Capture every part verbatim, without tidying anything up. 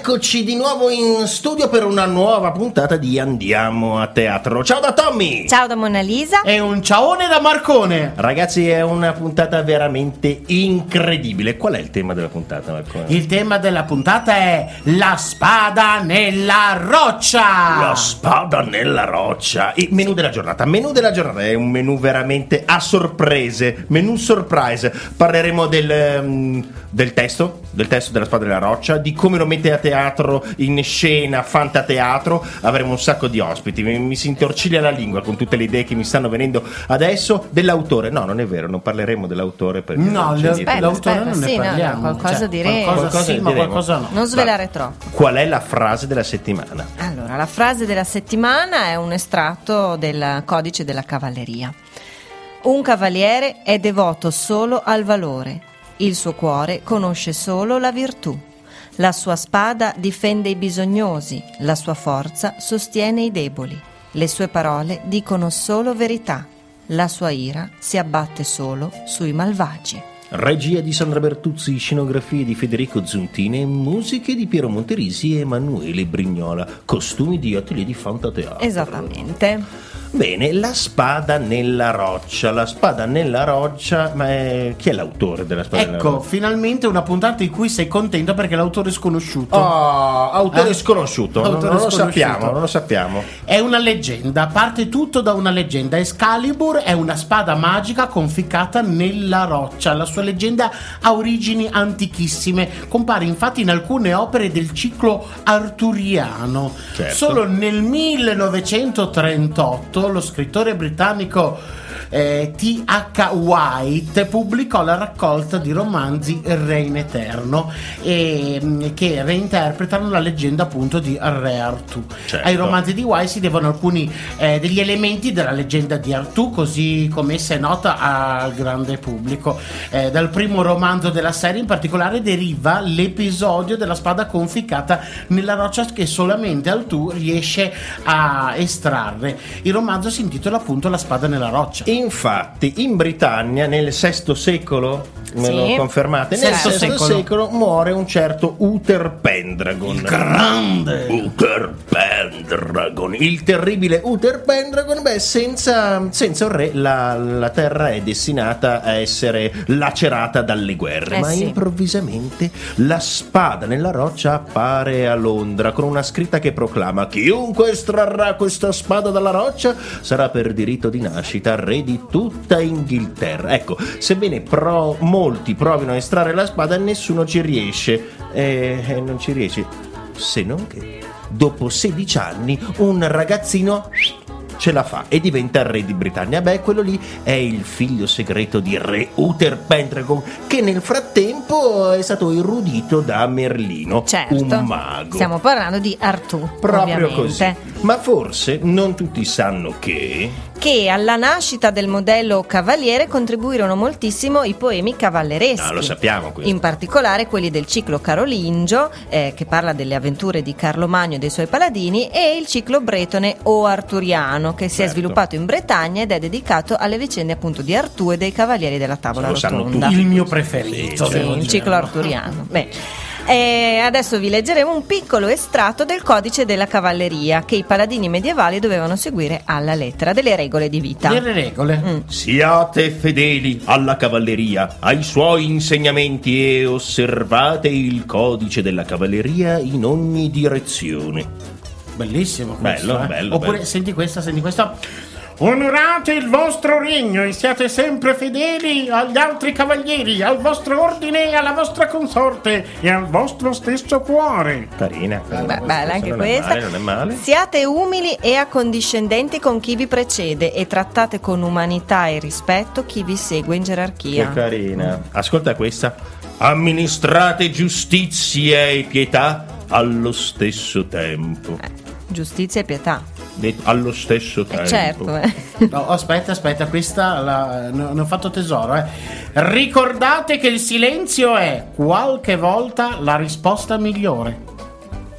eccoci di nuovo in studio per una nuova puntata di Andiamo a Teatro. Ciao da Tommy! Ciao da Mona Lisa! E un ciaone da Marcone! Ragazzi, è una puntata veramente incredibile. Qual è il tema della puntata, Marcone? Il tema della puntata è la spada nella roccia! La spada nella roccia. Il menù della giornata. Menù della giornata è un menù veramente a sorprese. Menù surprise. Parleremo del, um, del testo, del testo della spada nella roccia, di come lo mette a teatro, in scena, fantateatro. Avremo un sacco di ospiti. Mi, mi si intorciglia la lingua con tutte le idee che mi stanno venendo adesso. Dell'autore, no, non è vero, non parleremo dell'autore perché no, le, aspetta, l'autore aspetta, non ne sì, parliamo. No, qualcosa cioè, diremo. Qualcosa, qualcosa sì, diremo. ma qualcosa no. Non svelare Ma troppo. Qual è la frase della settimana? Allora, la frase della settimana è un estratto del Codice della Cavalleria. Un cavaliere è devoto solo al valore. Il suo cuore conosce solo la virtù. La sua spada difende i bisognosi, la sua forza sostiene i deboli. Le sue parole dicono solo verità. La sua ira si abbatte solo sui malvagi. Regia di Sandra Bertuzzi, scenografie di Federico Zuntine, musiche di Piero Monterisi e Emanuele Brignola, costumi di Atelier di Fantateatro. Esattamente. Bene, la spada nella roccia, la spada nella roccia, ma è... chi è l'autore della spada ecco, nella roccia? Ecco, finalmente una puntata in cui sei contento perché l'autore è sconosciuto. Oh, autore Eh? sconosciuto, Autore non, non lo sconosciuto. sappiamo, non lo sappiamo. È una leggenda, parte tutto da una leggenda. Excalibur è una spada magica conficcata nella roccia. La sua leggenda ha origini antichissime, compare infatti in alcune opere del ciclo arturiano. Certo. Solo nel millenovecentotrentotto lo scrittore britannico Eh, T H White pubblicò la raccolta di romanzi Re in Eterno, eh, che reinterpretano la leggenda appunto di Re Artù. Certo. Ai romanzi di White si devono alcuni eh, degli elementi della leggenda di Artù, così come essa è nota al grande pubblico. Eh, dal primo romanzo della serie in particolare deriva l'episodio della spada conficcata nella roccia che solamente Artù riesce a estrarre. Il romanzo si intitola appunto La spada nella roccia. Infatti, in Britannia nel sesto secolo, me Sì. lo confermate? Nel Sesto sesto secolo. secolo muore un certo Uther Pendragon. Il grande Uther Pendragon, il terribile Uther Pendragon. Beh, senza, senza un re la, la terra è destinata a essere lacerata dalle guerre. Eh ma sì. improvvisamente la spada nella roccia appare a Londra con una scritta che proclama: chiunque estrarrà questa spada dalla roccia sarà per diritto di nascita re di tutta Inghilterra. Ecco, sebbene pro, molti provino a estrarre la spada, nessuno ci riesce. E eh, non ci riesce, se non che dopo sedici anni un ragazzino ce la fa e diventa re di Britannia. Beh, quello lì è il figlio segreto di re Uther Pendragon, che nel frattempo è stato irrudito da Merlino, Certo. un mago. Stiamo parlando di Artù, Proprio ovviamente. così. Ma forse non tutti sanno che Che alla nascita del modello cavaliere contribuirono moltissimo i poemi cavallereschi. Ah, lo sappiamo questo. In particolare quelli del ciclo carolingio, eh, che parla delle avventure di Carlo Magno e dei suoi paladini, e il ciclo bretone o arturiano, che si è Certo. sviluppato in Bretagna ed è dedicato alle vicende appunto di Artù e dei cavalieri della tavola Lo sanno rotonda. tutti. il mio preferito. Sì, Sì, devo il dire. ciclo arturiano. Beh. E adesso vi leggeremo un piccolo estratto del codice della cavalleria che i paladini medievali dovevano seguire alla lettera, delle regole di vita. Le regole. Mm. siate fedeli alla cavalleria, ai suoi insegnamenti, e osservate il codice della cavalleria in ogni direzione. Bellissimo questo, Bello, eh. bello, Oppure bello. senti questa, senti questa. Onorate il vostro regno e siate sempre fedeli agli altri cavalieri, al vostro ordine e alla vostra consorte e al vostro stesso cuore. Carina, carina. Beh, bella anche non è questa. male, non è male. Siate umili e accondiscendenti con chi vi precede e trattate con umanità e rispetto chi vi segue in gerarchia. Che carina. Ascolta questa. Amministrate giustizia e pietà allo stesso tempo. Eh, giustizia e pietà. Detto allo stesso tempo. Eh, certo, eh. No, aspetta, aspetta, questa la, ne ne ho fatto tesoro, eh. Ricordate che il silenzio è qualche volta la risposta migliore.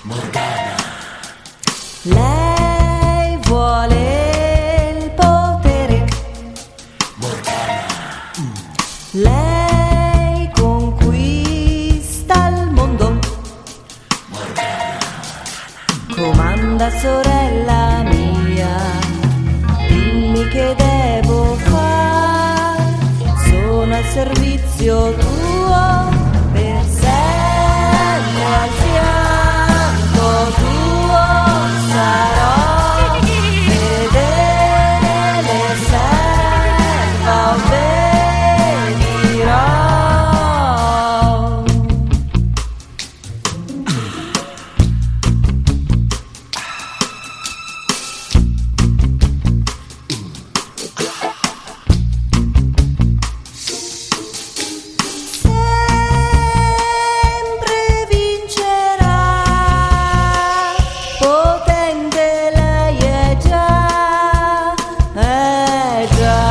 Lei vuole il potere. Lei conquista il mondo. Comanda, sorella mia, dimmi che devo fare. Sono al servizio tuo, per sempre al fianco tuo sarò, fedele serva obbedirò. Sempre vincerà, potente lei è già, è già.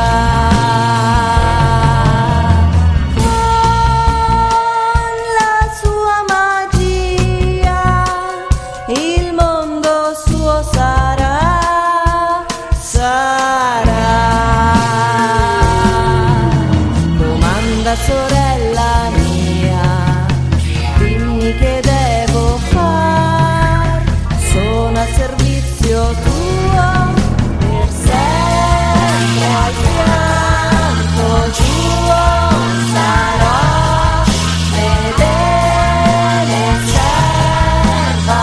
Con la sua magia il mondo suo sarà, sarà. Comanda, sorella mia, dimmi che devo far. Sono al servizio tuo, per sempre al fianco tuo sarò, fedele serva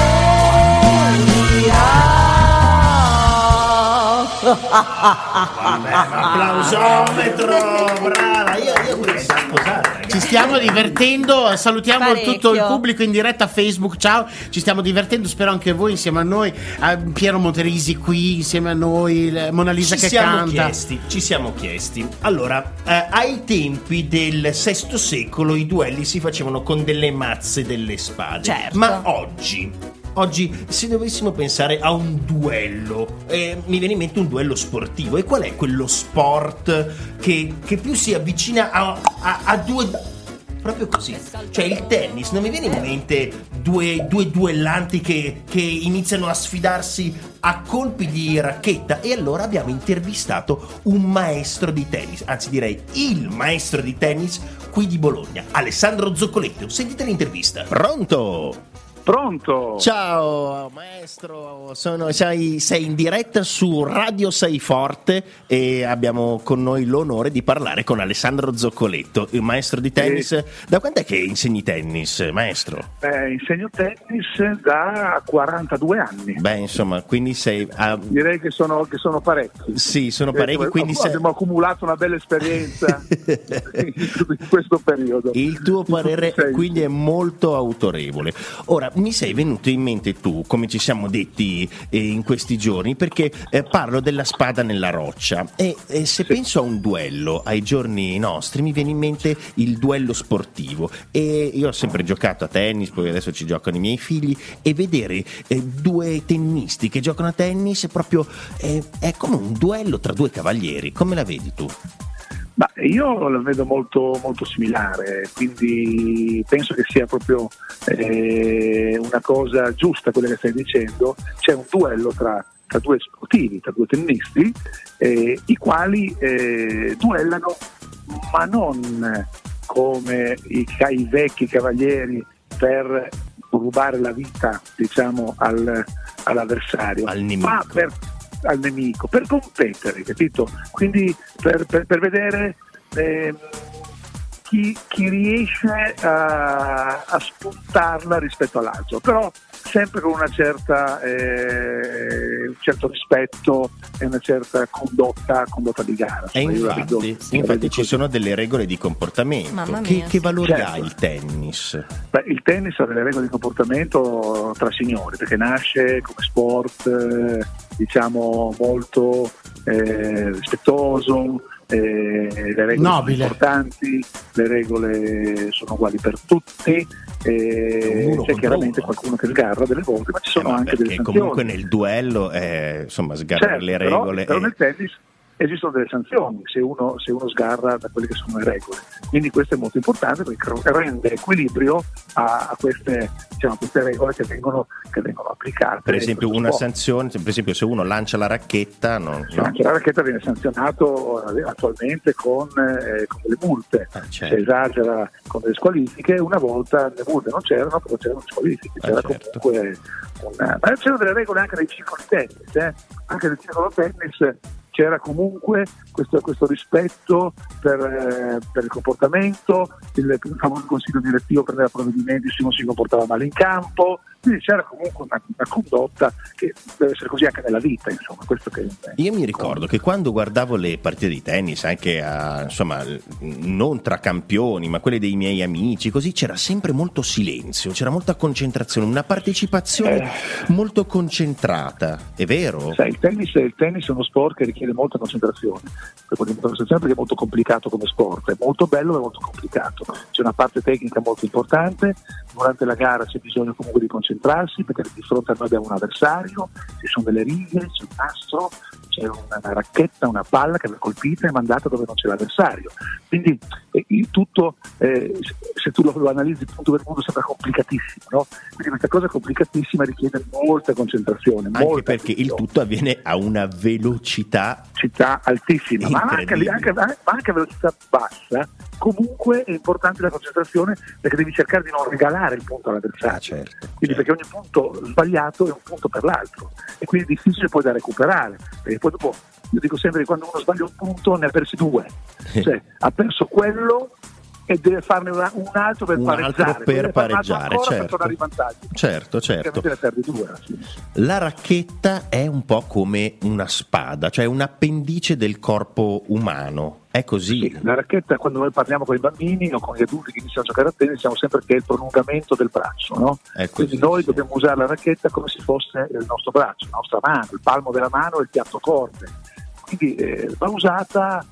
obbedirò. Vabbè, ma applausometro, brava, io, io vorrei sposare, ragazzi. Ci stiamo divertendo, salutiamo Parecchio. tutto il pubblico in diretta a Facebook, ciao, ci stiamo divertendo, spero anche voi insieme a noi, a Piero Monterisi qui insieme a noi, le- Mona Lisa Ci che siamo canta. chiesti, ci siamo chiesti. Allora, eh, ai tempi del sesto secolo i duelli si facevano con delle mazze delle spade. Certo. Ma oggi, oggi se dovessimo pensare a un duello, eh, mi viene in mente un duello sportivo. E qual è quello sport che, che più si avvicina a, a, a due... Proprio così, cioè il tennis, non mi viene in mente due, due duellanti che, che iniziano a sfidarsi a colpi di racchetta. E allora abbiamo intervistato un maestro di tennis, anzi direi il maestro di tennis qui di Bologna, Alessandro Zoccoletto. Sentite l'intervista. Pronto? Pronto? Ciao maestro, sono, sei, sei in diretta su Radio Sei Forte e abbiamo con noi l'onore di parlare con Alessandro Zoccoletto, il maestro di tennis. Da quando è che insegni tennis, maestro? Eh, insegno tennis da quarantadue anni. Beh, insomma, quindi sei... ah, Direi che sono, che sono parecchi. sì, sono parecchi, Eh, quindi sei... abbiamo accumulato una bella esperienza in questo periodo. Il tuo parere Sei. quindi è molto autorevole. Ora, mi sei venuto in mente tu, come ci siamo detti eh, in questi giorni, perché eh, parlo della spada nella roccia e, e se penso a un duello ai giorni nostri mi viene in mente il duello sportivo. E io ho sempre giocato a tennis, poi adesso ci giocano i miei figli, e vedere eh, due tennisti che giocano a tennis è proprio eh, è come un duello tra due cavalieri. Come la vedi tu? Ma io la vedo molto, molto similare, quindi penso che sia proprio eh, una cosa giusta quella che stai dicendo. C'è un duello tra, tra due sportivi, tra due tennisti, eh, i quali eh, duellano, ma non come i, i vecchi cavalieri per rubare la vita, diciamo, al, all'avversario, Al nemico. ma per al nemico, per competere, capito? Quindi per, per, per vedere eh, chi, chi riesce a, a spuntarla rispetto all'altro, però sempre con una certa eh, un certo rispetto e una certa condotta condotta di gara. E Insomma, io la infatti, vedo- la infatti vedo ci così. sono delle regole di comportamento. Mamma Che, mia, che sì. valori Certo. ha il tennis? Beh, il tennis ha delle regole di comportamento tra signori, perché nasce come sport eh, diciamo molto eh, rispettoso, eh, le regole Nobile. sono importanti, le regole sono uguali per tutti, eh, Uno c'è contro chiaramente uno. qualcuno che sgarra delle volte, ma ci sono Eh, ma anche delle perché sanzioni. comunque nel duello eh, insomma sgarrare Certo, le però- regole però è- nel tennis esistono delle sanzioni se uno, se uno sgarra da quelle che sono le regole. Quindi questo è molto importante perché rende equilibrio a, a, queste, diciamo, a queste regole che vengono, che vengono applicate. Per esempio una sport. sanzione, per esempio se uno lancia la racchetta, non, se no? lancia la racchetta viene sanzionato attualmente con, eh, con delle multe, ah, certo. se esagera con delle squalifiche. Una volta le multe non c'erano, però c'erano le squalifiche, c'era ah, certo. comunque una... ma c'erano delle regole anche nei circoli tennis, eh? anche nel circolo tennis c'era comunque questo, questo rispetto per, eh, per il comportamento, il, il famoso consiglio direttivo prendeva provvedimenti se non si comportava male in campo, quindi c'era comunque una, una condotta che deve essere così anche nella vita, insomma. Questo che io mi ricordo che quando guardavo le partite di tennis, anche a, insomma, non tra campioni, ma quelle dei miei amici, così c'era sempre molto silenzio, c'era molta concentrazione, una partecipazione eh. molto concentrata, è vero? Sai, il tennis, il tennis è uno sport che richiede molta concentrazione, perché è molto complicato come sport, è molto bello ma è molto complicato, c'è una parte tecnica molto importante, durante la gara c'è bisogno comunque di concentrarsi perché di fronte a noi abbiamo un avversario, ci sono delle righe, c'è un nastro, c'è una, una racchetta, una palla che va colpita e mandata dove non c'è l'avversario, quindi eh, il tutto eh, se tu lo, lo analizzi punto per punto sembra complicatissimo, no? Quindi questa cosa complicatissima richiede molta concentrazione, anche molta perché attenzione. Il tutto avviene a una velocità città altissima, ma anche, anche, ma anche a velocità bassa. Comunque è importante la concentrazione perché devi cercare di non regalare il punto all'avversario, ah, certo, quindi certo. perché ogni punto sbagliato è un punto per l'altro e quindi è difficile poi da recuperare, perché poi dopo io dico sempre che quando uno sbaglia un punto ne ha persi due, cioè ha perso quello e deve farne una, un altro per un pareggiare, altro per pareggiare, certo. per tornare in vantaggio. Certo, certo. Ne perdi due, sì. La racchetta è un po' come una spada, cioè un appendice del corpo umano. È così. Sì, la racchetta, quando noi parliamo con i bambini o con gli adulti che iniziano a giocare a tennis, diciamo sempre che è il prolungamento del braccio, no? Quindi noi sì. dobbiamo usare la racchetta come se fosse il nostro braccio, la nostra mano, il palmo della mano e il piatto corde. Quindi eh, va usata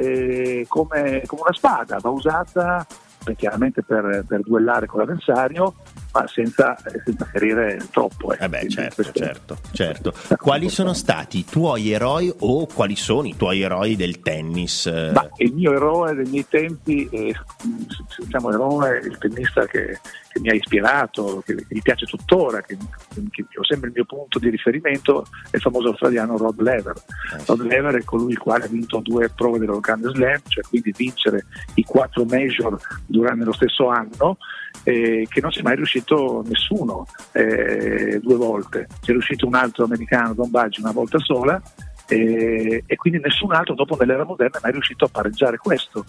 eh, come, come una spada, va usata per, chiaramente per, per duellare con l'avversario, ma senza, senza ferire troppo. Eh. Eh beh, certo, questo, certo, certo. Quali sono stati i tuoi eroi o quali sono i tuoi eroi del tennis? Ma il mio eroe dei miei tempi, eh, diciamo eroe, il tennista che, che mi ha ispirato, che, che mi piace tuttora, che, che ho sempre il mio punto di riferimento, è il famoso australiano Rod Laver. Eh, Rod sì. Laver è colui il quale ha vinto due prove dello Grand Slam, cioè quindi vincere i quattro major durante lo stesso anno, eh, che non si è mai riuscito nessuno eh, due volte. C'è riuscito un altro americano, Don Baggi, una volta sola, eh, e quindi nessun altro dopo nell'era moderna è mai riuscito a pareggiare questo.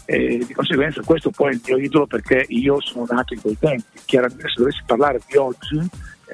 E di conseguenza questo poi è il mio idolo perché io sono nato in quei tempi. Chiaramente se dovessi parlare di oggi,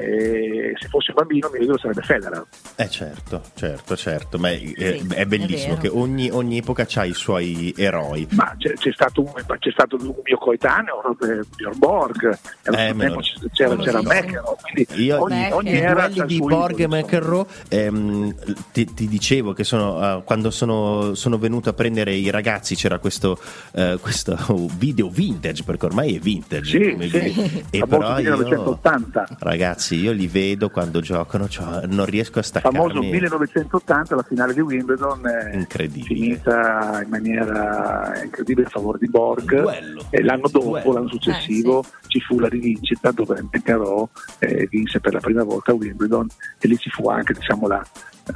eh, se fossi un bambino mio idolo sarebbe Federer. Eh certo, certo, certo, ma è, sì, è bellissimo è che ogni, ogni epoca ha i suoi eroi. Ma c'è, c'è, stato, un, c'è stato un mio coetaneo, Björn Borg, eh, tempo c'era, c'era McEnroe, quindi io ogni, ogni i era duelli di Borg e McEnroe, ehm, ti, ti dicevo che sono, uh, quando sono, sono venuto a prendere i ragazzi c'era questo, uh, questo video vintage, perché ormai è vintage, sì, come sì. E però millenovecentottanta io, ragazzi, io li vedo quando giocano, cioè, non riesco a staccarmi. Famoso millenovecentottanta, la finale di Wimbledon è incredibile, finita in maniera incredibile a favore di Borg. Duello. E l'anno dopo, Duello. l'anno successivo, eh, sì. ci fu la rivincita dove McEnroe eh, vinse per la prima volta a Wimbledon e lì ci fu anche, diciamo, la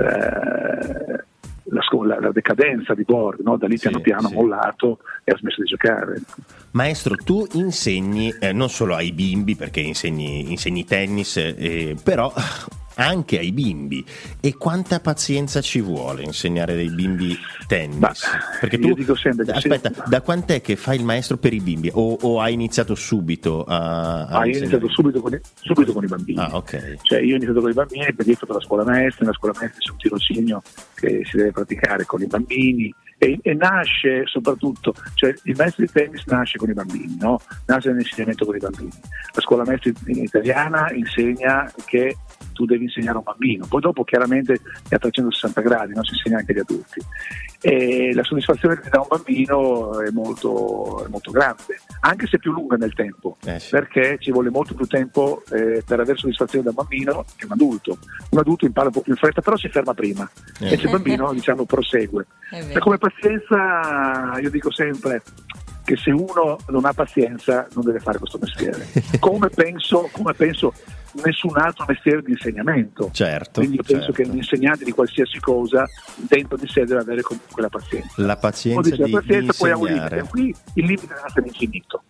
eh, La, la, la decadenza di Borg, no? Da lì piano sì, piano sì. mollato e ha smesso di giocare. Maestro, tu insegni eh, non solo ai bimbi, perché insegni, insegni tennis, eh, però anche ai bimbi. E quanta pazienza ci vuole insegnare dei bimbi tennis? Ma, perché tu, io dico sempre che aspetta, sì. da quant'è che fai il maestro per i bimbi? O, o hai iniziato subito a, a ah, io ho iniziato subito con, i, subito con i bambini. Ah, ok. Cioè io ho iniziato con i bambini perché io ho fatto la scuola maestra, nella scuola maestra c'è un tirocinio che si deve praticare con i bambini e, e nasce soprattutto, cioè il maestro di tennis nasce con i bambini, no? Nasce nell'insegnamento con i bambini. La scuola maestra in italiana insegna che tu devi insegnare a un bambino, poi dopo chiaramente è a trecentosessanta gradi, non si insegna anche agli adulti, e la soddisfazione che dà un bambino è molto, è molto grande, anche se più lunga nel tempo, eh sì. perché ci vuole molto più tempo eh, per avere soddisfazione da un bambino che un adulto. Un adulto impara un po' più in fretta, però si ferma prima, eh. invece il bambino diciamo prosegue. E come pazienza io dico sempre che se uno non ha pazienza non deve fare questo mestiere, come penso, come penso nessun altro mestiere di insegnamento. Certo, quindi io penso certo. che un insegnante di qualsiasi cosa dentro di sé deve avere comunque la pazienza. La pazienza, dice, di, la pazienza di poi ha un insegnare. limite, qui il limite deve essere infinito,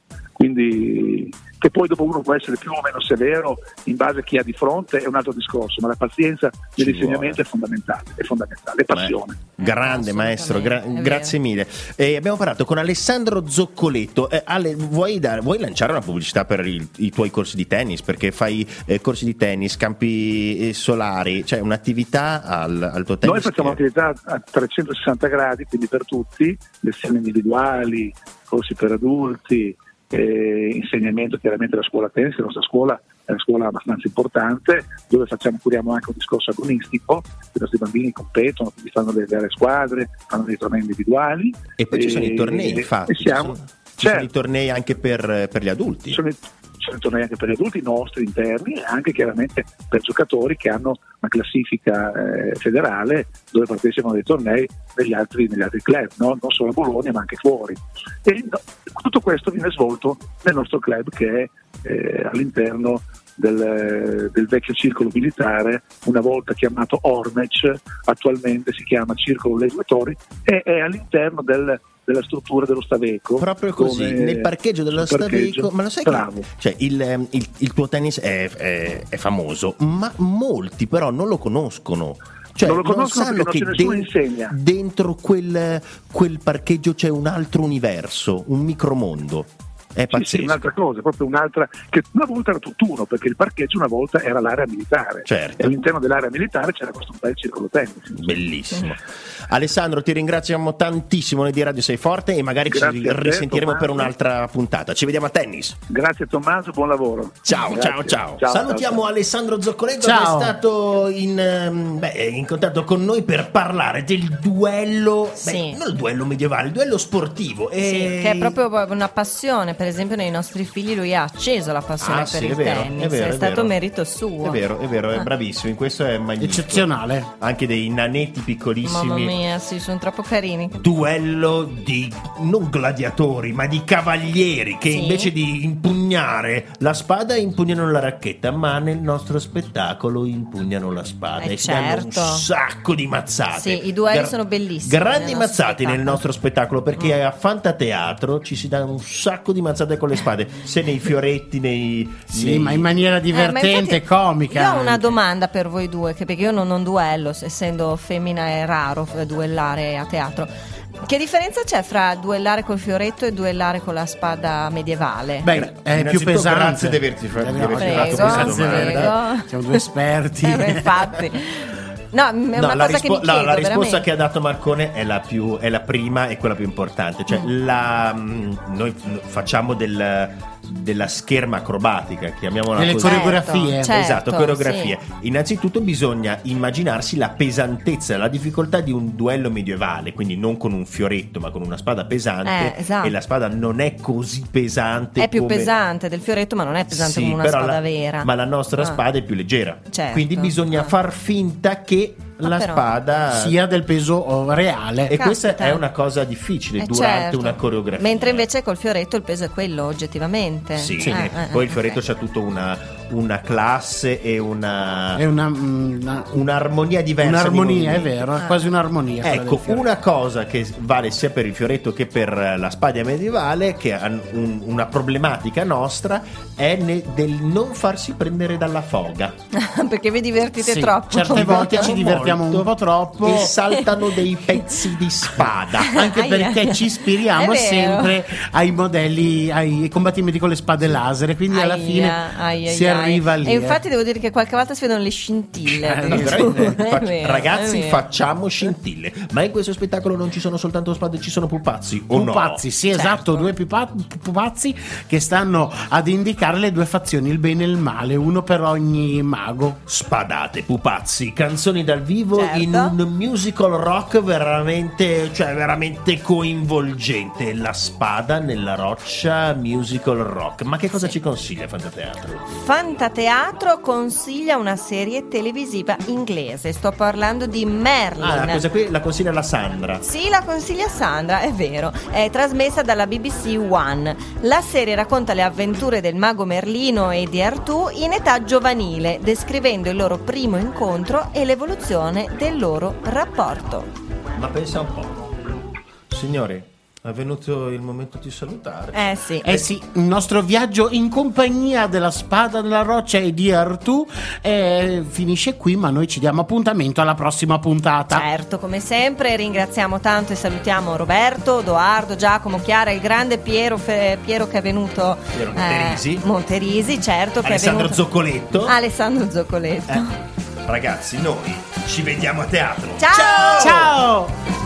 quindi che poi dopo uno può essere più o meno severo in base a chi ha di fronte è un altro discorso, ma la pazienza dell'insegnamento è fondamentale, è fondamentale, è passione. Beh, grande maestro, gra- È grazie mille. Eh, abbiamo parlato con Alessandro Zoccoletto. Eh, Ale, vuoi, dare, vuoi lanciare una pubblicità per il, i tuoi corsi di tennis? Perché fai eh, corsi di tennis, campi eh, solari, cioè un'attività al, al tuo tennis. Noi facciamo che... attività a trecentosessanta gradi, quindi per tutti, lezioni individuali, corsi per adulti, eh, insegnamento chiaramente della scuola tennis. La nostra scuola è una scuola abbastanza importante dove facciamo, curiamo anche un discorso agonistico, i nostri bambini competono, quindi fanno delle vere squadre, fanno dei tornei individuali E poi ci sono i tornei, e- infatti, e siamo, ci sono, ci certo, sono i tornei anche per, per gli adulti. sono i, sono i tornei anche per gli adulti nostri interni e anche chiaramente per giocatori che hanno una classifica eh, federale dove partecipano dei tornei negli altri, negli altri club, no? Non solo a Bologna ma anche fuori, e no, tutto questo viene svolto nel nostro club che è eh, all'interno del, del vecchio circolo militare, una volta chiamato Ormec, attualmente si chiama Circolo Legislatori, e è all'interno del, della struttura dello Staveco. Proprio così, come- nel parcheggio dello sul parcheggio. Staveco. Ma lo sai Bravo. che cioè, il, il, il tuo tennis è, è, è famoso, ma molti però non lo conoscono. Cioè, Non lo conoscono sanno perché che non c'è nessuno de- insegna. dentro quel, quel parcheggio c'è un altro universo, un micromondo. È Sì, pazzesco. sì, un'altra cosa, proprio un'altra, che una volta era tutt'uno, perché il parcheggio una volta era l'area militare, Certo. e all'interno dell'area militare c'era questo bel circolo tennis. Bellissimo. Alessandro, ti ringraziamo tantissimo. Noi di Radio Sei Forte e magari Grazie ci a te, risentiremo per Tommaso. un'altra puntata. Ci vediamo a tennis. Grazie Tommaso, buon lavoro. Ciao, Grazie. ciao, ciao, Ciao, Salutiamo ciao. Alessandro Zoccoletto Ciao. che è stato in, ehm, beh, in contatto con noi per parlare del duello, Sì. beh, non il duello medievale, il duello sportivo. E... Sì, che è proprio una passione, per esempio nei nostri figli lui ha acceso la passione Ah, per sì, il è vero, tennis, è vero, è, è stato vero. merito suo. È vero, è vero, è Ah. bravissimo. In questo è magnifico. Eccezionale. Anche dei nanetti piccolissimi. Mamma mia, sì, sono troppo carini. Duello di non gladiatori ma di cavalieri che Sì. invece di impugnare la spada impugnano la racchetta, ma nel nostro spettacolo impugnano la spada Eh, e si danno un certo. sacco di mazzate. Sì, i duelli sono bellissimi grandi nel nostro mazzate spettacolo. nel nostro spettacolo perché a Fantateatro ci si dà un sacco di mazzate con le spade, se nei fioretti, nei, Sì, nei- ma in maniera Eh, ma divertente e infatti comica. Io ho una anche. domanda per voi due, che perché io non, non duello, essendo femmina è raro f- duellare a teatro. Che differenza c'è fra duellare col fioretto e duellare con la spada medievale? Beh, è più Innanzitutto pesante. grazie di averti fa- di averti Prego, fatto questa Grazie, domanda. prego. Siamo due esperti. Eh, beh, infatti. No, è No, una la, cosa rispo- che mi no, chiedo la risposta veramente. che ha dato Marcone è la, più, è la prima e quella più importante. Cioè, Mm. la, mh, noi facciamo del, della scherma acrobatica, chiamiamola Delle così. coreografie. Certo, Esatto, coreografie. sì. Innanzitutto bisogna immaginarsi la pesantezza, la difficoltà di un duello medievale, quindi non con un fioretto ma con una spada pesante, Eh, esatto. e la spada non è così pesante È più come... pesante del fioretto, ma non è pesante Sì, come una però spada la- vera. ma la nostra Ah. spada è più leggera, Certo. quindi bisogna Ah. far finta che Ma la però- spada Sia del peso oh, reale. e questa Caspita. è una cosa difficile Eh, durante certo. una coreografia. Mentre invece col fioretto il peso è quello, oggettivamente. sì, Eh, eh, poi eh, il fioretto ok. c'ha tutta una, una classe e una, È una, una- un'armonia diversa. un'armonia, di è movimenti. vero, è quasi un'armonia. quella Ecco, del fiore. una cosa che vale sia per il fioretto che per la spada medievale, che ha un- una problematica nostra, è ne- del non farsi prendere dalla foga. Perché vi divertite Sì, troppo. certe volte ci divertiamo Molto. un po' troppo. E saltano dei pezzi di spada. Anche Aia. perché ci ispiriamo È vero. sempre ai modelli, ai combattimenti con le spade laser, e quindi alla Aia, fine aia, si aia. arriva lì. E infatti eh. devo dire che qualche volta si vedono le scintille. Eh, No, addirittura. veramente, È fac- vero, ragazzi, è vero. facciamo scintille. Ma in questo spettacolo non ci sono soltanto spade, ci sono pupazzi. O no? Pupazzi, sì, Certo. esatto, due pupa- pupazzi che stanno ad indicare le due fazioni, il bene e il male, uno per ogni mago. Spadate, pupazzi, canzoni dal vivo Certo. in un musical rock veramente, cioè veramente coinvolgente. La spada nella roccia, musical rock. Ma che cosa Sì. ci consiglia Fantateatro? Fantateatro consiglia una serie televisiva inglese. Sto parlando di Merlin. Ah, questa qui la consiglia la Sandra. Sì, la consiglia Sandra, è vero. È trasmessa dalla B B C One. La serie racconta le avventure del mago Merlino e di Artù in età giovanile, descrivendo il loro primo incontro e l'evoluzione del loro rapporto. Ma pensa un po'. Signori, è venuto il momento di salutare. Eh sì. Eh sì, il nostro viaggio in compagnia della spada della roccia e di Artù eh, finisce qui, ma noi ci diamo appuntamento alla prossima puntata. Certo, come sempre ringraziamo tanto e salutiamo Roberto, Doardo, Giacomo, Chiara, il grande Piero, Fe- Piero che è venuto Piero Monterisi. eh, Monterisi, certo, che Alessandro è venuto Zoccoletto. Alessandro Zoccoletto. Eh, ragazzi, noi ci vediamo a teatro. Ciao! Ciao!